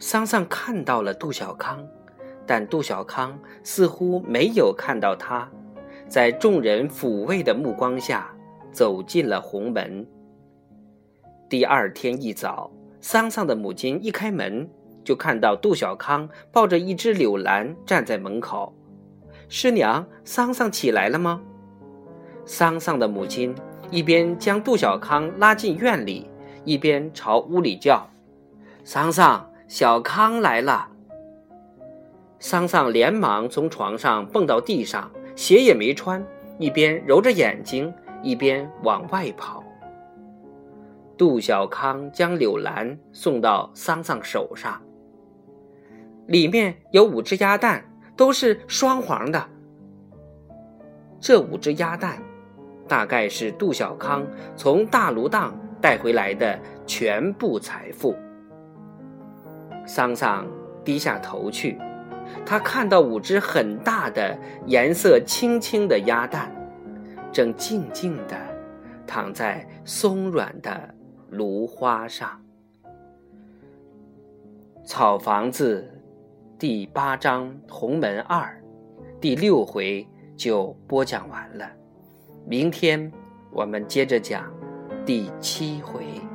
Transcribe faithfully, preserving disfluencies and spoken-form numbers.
桑桑看到了杜小康，但杜小康似乎没有看到他，在众人抚慰的目光下走进了红门。第二天一早，桑桑的母亲一开门，就看到杜小康抱着一只柳兰站在门口。师娘，桑桑起来了吗？桑桑的母亲一边将杜小康拉进院里，一边朝屋里叫：桑桑，小康来了。桑桑连忙从床上蹦到地上，鞋也没穿，一边揉着眼睛，一边往外跑。杜小康将柳兰送到桑桑手上，里面有五只鸭蛋，都是双黄的。这五只鸭蛋大概是杜小康从大卢荡带回来的全部财富。桑桑低下头去，他看到五只很大的颜色青青的鸭蛋，正静静地躺在松软的芦花上。草房子第八章红门二第六回就播讲完了，明天我们接着讲第七回。